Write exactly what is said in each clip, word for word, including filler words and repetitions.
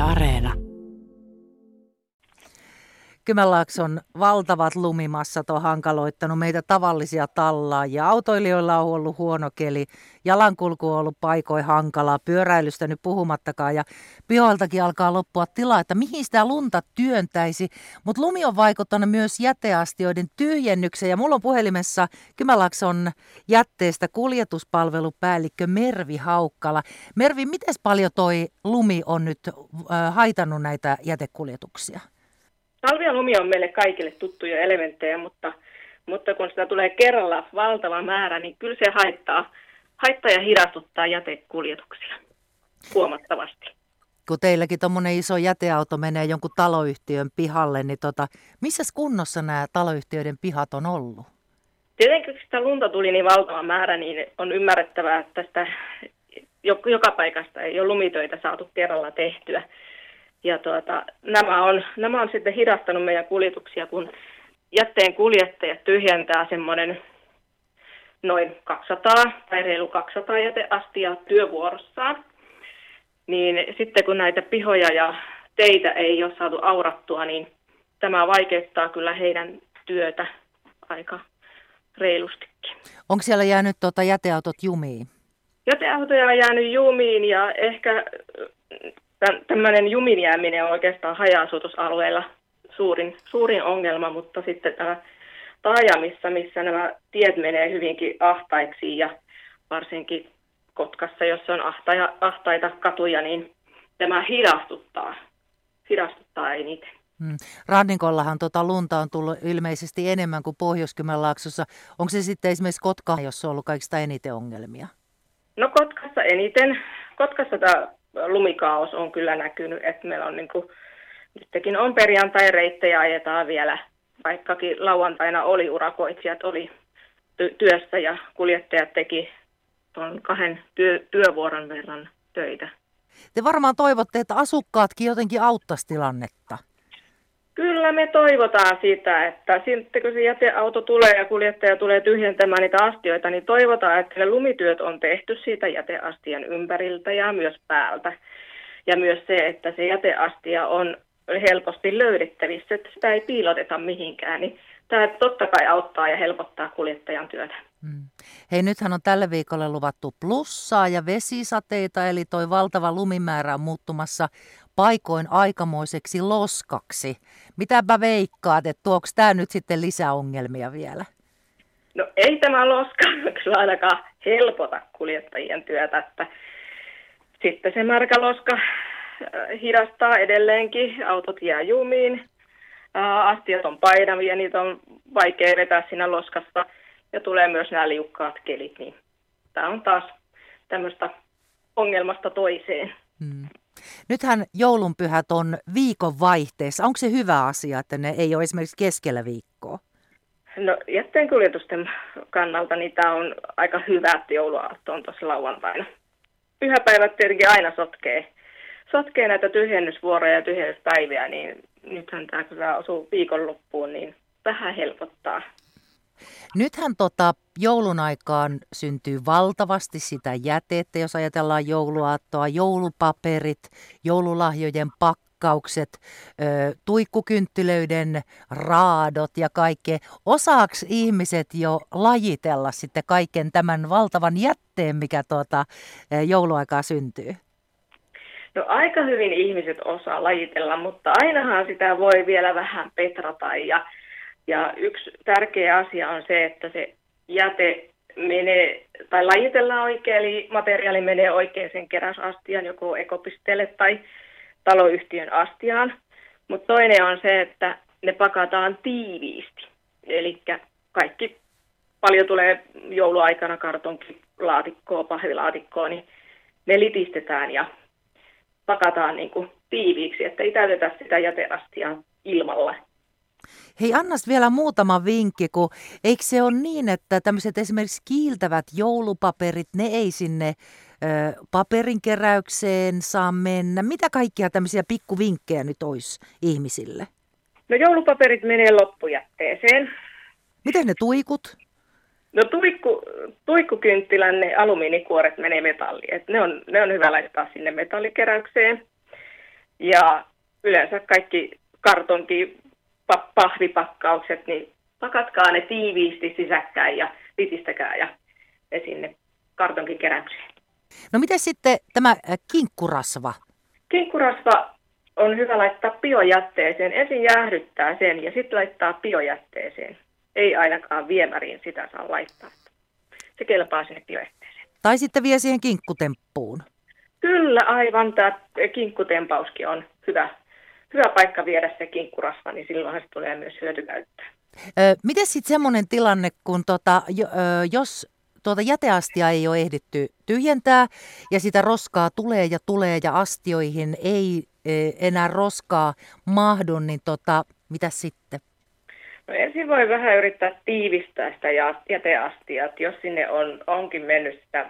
Areena. Kymenlaakson valtavat lumimassat on hankaloittanut meitä tavallisia tallaajia. Autoilijoilla on ollut huono keli, jalankulku on ollut paikoin hankalaa, pyöräilystä nyt puhumattakaan ja pihoiltakin alkaa loppua tilaa, että mihin sitä lunta työntäisi. Mutta lumi on vaikuttanut myös jäteastioiden tyhjennykseen ja mulla on puhelimessa Kymenlaakson jätteestä kuljetuspalvelupäällikkö Mervi Haukkala. Mervi, miten paljon toi lumi on nyt äh, haitannut näitä jätekuljetuksia? Talvi ja lumi on meille kaikille tuttuja elementtejä, mutta, mutta kun sitä tulee kerralla valtava määrä, niin kyllä se haittaa, haittaa ja hidastuttaa jätekuljetuksia huomattavasti. Kun teilläkin tuommoinen iso jäteauto menee jonkun taloyhtiön pihalle, niin tota, missä kunnossa nämä taloyhtiöiden pihat on ollut? Tietenkin kun sitä lunta tuli niin valtava määrä, niin on ymmärrettävää, että sitä joka paikasta ei ole lumitöitä saatu kerralla tehtyä. Ja tuota, nämä, on, nämä on sitten hidastanut meidän kuljetuksia, kun jätteen kuljettajat tyhjentää semmoinen noin kaksisataa tai reilu kaksisataa jäteastiaa työvuorossaan. Niin sitten kun näitä pihoja ja teitä ei ole saatu aurattua, niin tämä vaikeuttaa kyllä heidän työtä aika reilustikin. Onko siellä jäänyt tuota jäteautot jumiin? Jäteautoja on jäänyt jumiin ja ehkä tämmöinen jumiin jääminen on oikeastaan haja-asutusalueilla suurin, suurin ongelma, mutta sitten täällä taajamissa, missä nämä tiet menee hyvinkin ahtaiksi ja varsinkin Kotkassa, jossa on ahtaja, ahtaita katuja, niin tämä hidastuttaa, hidastuttaa eniten. Hmm. Rannikollahan tuota lunta on tullut ilmeisesti enemmän kuin Pohjois-Kymenlaaksossa. Onko se sitten esimerkiksi Kotka, jossa on ollut kaikista eniten ongelmia? No Kotkassa eniten. Kotkassa tämä lumikaos on kyllä näkynyt, että meillä on niin kuin, nytkin on perjantai-reittejä ajetaan vielä, vaikkakin lauantaina oli urakoitsijat, oli ty- työssä ja kuljettajat teki tuon kahden työ- työvuoron verran töitä. Te varmaan toivotte, että asukkaatkin jotenkin auttaisi tilannetta. Kyllä me toivotaan sitä, että sitten kun se jäteauto tulee ja kuljettaja tulee tyhjentämään niitä astioita, niin toivotaan, että ne lumityöt on tehty siitä jäteastian ympäriltä ja myös päältä. Ja myös se, että se jäteastia on helposti löydettävissä, että sitä ei piiloteta mihinkään, niin tämä totta kai auttaa ja helpottaa kuljettajan työtä. Hmm. Hei, nythän on tälle viikolle luvattu plussaa ja vesisateita, eli toi valtava lumimäärä on muuttumassa paikoin aikamoiseksi loskaksi. Mitäpä veikkaat, että tuoks tämä nyt sitten lisäongelmia vielä? No ei tämä loska kyllä ainakaan helpota kuljettajien työtä, että sitten se märkä loska hidastaa edelleenkin, autot jää jumiin, astiat on painavia, niitä on vaikea vetää siinä loskassa ja tulee myös nämä liukkaat kelit, niin tämä on taas tämmöistä ongelmasta toiseen. Hmm. Nythän joulunpyhät on viikon vaihteessa. Onko se hyvä asia, että ne ei ole esimerkiksi keskellä viikkoa? No jätteenkuljetusten kannalta niin tämä on aika hyvä, että jouluaatto on tuossa lauantaina. Pyhäpäivät tietenkin aina sotkee, sotkee näitä tyhjennysvuoroja ja tyhjennyspäiviä, niin nythän tämä kyllä osuu viikonloppuun, niin vähän helpottaa. Nythän tota, joulun aikaan syntyy valtavasti sitä jätettä, jos ajatellaan jouluaattoa, joulupaperit, joululahjojen pakkaukset, ö, tuikkukynttilöiden raadot ja kaikkea. Osaaks ihmiset jo lajitella sitten kaiken tämän valtavan jätteen, mikä tuota, jouluaikaa syntyy? No aika hyvin ihmiset osaa lajitella, mutta ainahan sitä voi vielä vähän petrata ja Ja yksi tärkeä asia on se, että se jäte menee, tai lajitellaan oikein, eli materiaali menee oikein sen keräysastian, joko ekopisteelle tai taloyhtiön astiaan. Mutta toinen on se, että ne pakataan tiiviisti. Eli kaikki, paljon tulee jouluaikana kartonkilaatikkoa, pahvilaatikkoa, niin ne litistetään ja pakataan niin kuin tiiviiksi, että ei täytetä sitä jäteastiaa ilmalla. Hei, annas vielä muutama vinkki, kun eikö se ole niin, että tämmöiset esimerkiksi kiiltävät joulupaperit, ne ei sinne ö, paperinkeräykseen saa mennä. Mitä kaikkia tämmöisiä pikkuvinkkejä nyt olisi ihmisille? No joulupaperit menee loppujätteeseen. Miten ne tuikut? No tuikku, tuikkukynttilän ne alumiinikuoret menee metalliin. Et ne, on, ne on hyvä laittaa sinne metallikeräykseen. Ja yleensä kaikki kartonki, pa- pahvipakkaukset, niin pakatkaa ne tiiviisti sisäkkäin ja litistäkää ja ne sinne kartonkikeräykseen. No miten sitten tämä äh, kinkkurasva? Kinkkurasva on hyvä laittaa biojätteeseen. Ensin jäähdyttää sen ja sitten laittaa biojätteeseen. Ei ainakaan viemäriin sitä saa laittaa. Se kelpaa sinne biojätteeseen. Tai sitten vie siihen kinkkutemppuun. Kyllä, aivan. Tämä kinkkutempauskin on hyvä, hyvä paikka viedä se kinkkurasva, niin silloinhan se tulee myös hyötykäyttöön. Ö, miten sitten semmoinen tilanne, kun tota, jo, ö, jos tuota jäteastia ei ole ehditty tyhjentää ja sitä roskaa tulee ja tulee ja astioihin ei e, enää roskaa mahdu, niin tota, mitä sitten? No ensin voi vähän yrittää tiivistää sitä jäteastia, että jos sinne on, onkin mennyt sitä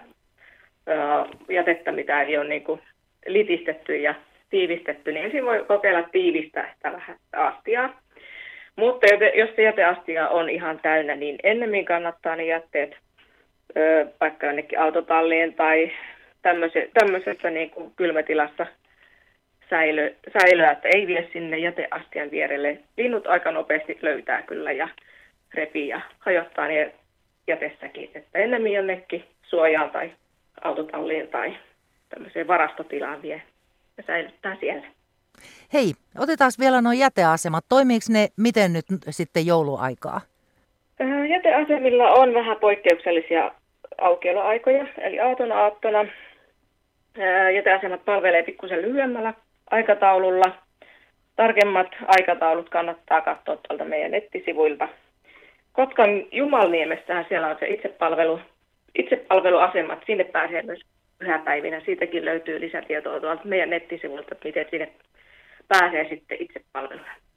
ö, jätettä, mitä ei ole niin kuin litistetty ja tiivistetty, niin ensin voi kokeilla tiivistää sitä vähän astiaa. Mutta jos se jäteastia on ihan täynnä, niin ennemmin kannattaa ne jätteet ö, vaikka jonnekin autotalliin tai tämmöisessä, tämmöisessä niin kuin kylmätilassa säilö, säilöä, että ei vie sinne jäteastian vierelle. Linnut aika nopeasti löytää kyllä ja repii ja hajottaa ne jätessäkin. Että ennemmin jonnekin suojaan tai autotalliin tai tämmöiseen varastotilaan vie ja säilyttää siellä. Hei, otetaan vielä nuo jäteasemat. Toimiiko ne miten nyt sitten jouluaikaa? Jäteasemilla on vähän poikkeuksellisia aukioloaikoja, eli aaton aattona. Jäteasemat palvelee pikkusen lyhyemmällä aikataululla. Tarkemmat aikataulut kannattaa katsoa tuolta meidän nettisivuilta. Kotkan Jumalniemessähän siellä on se itsepalvelu, itsepalveluasemat. Sinne pääsee myös pyhäpäivinä. Siitäkin löytyy lisätietoa tuolta meidän nettisivuilta, että miten sinne pääsee sitten itsepalveluun.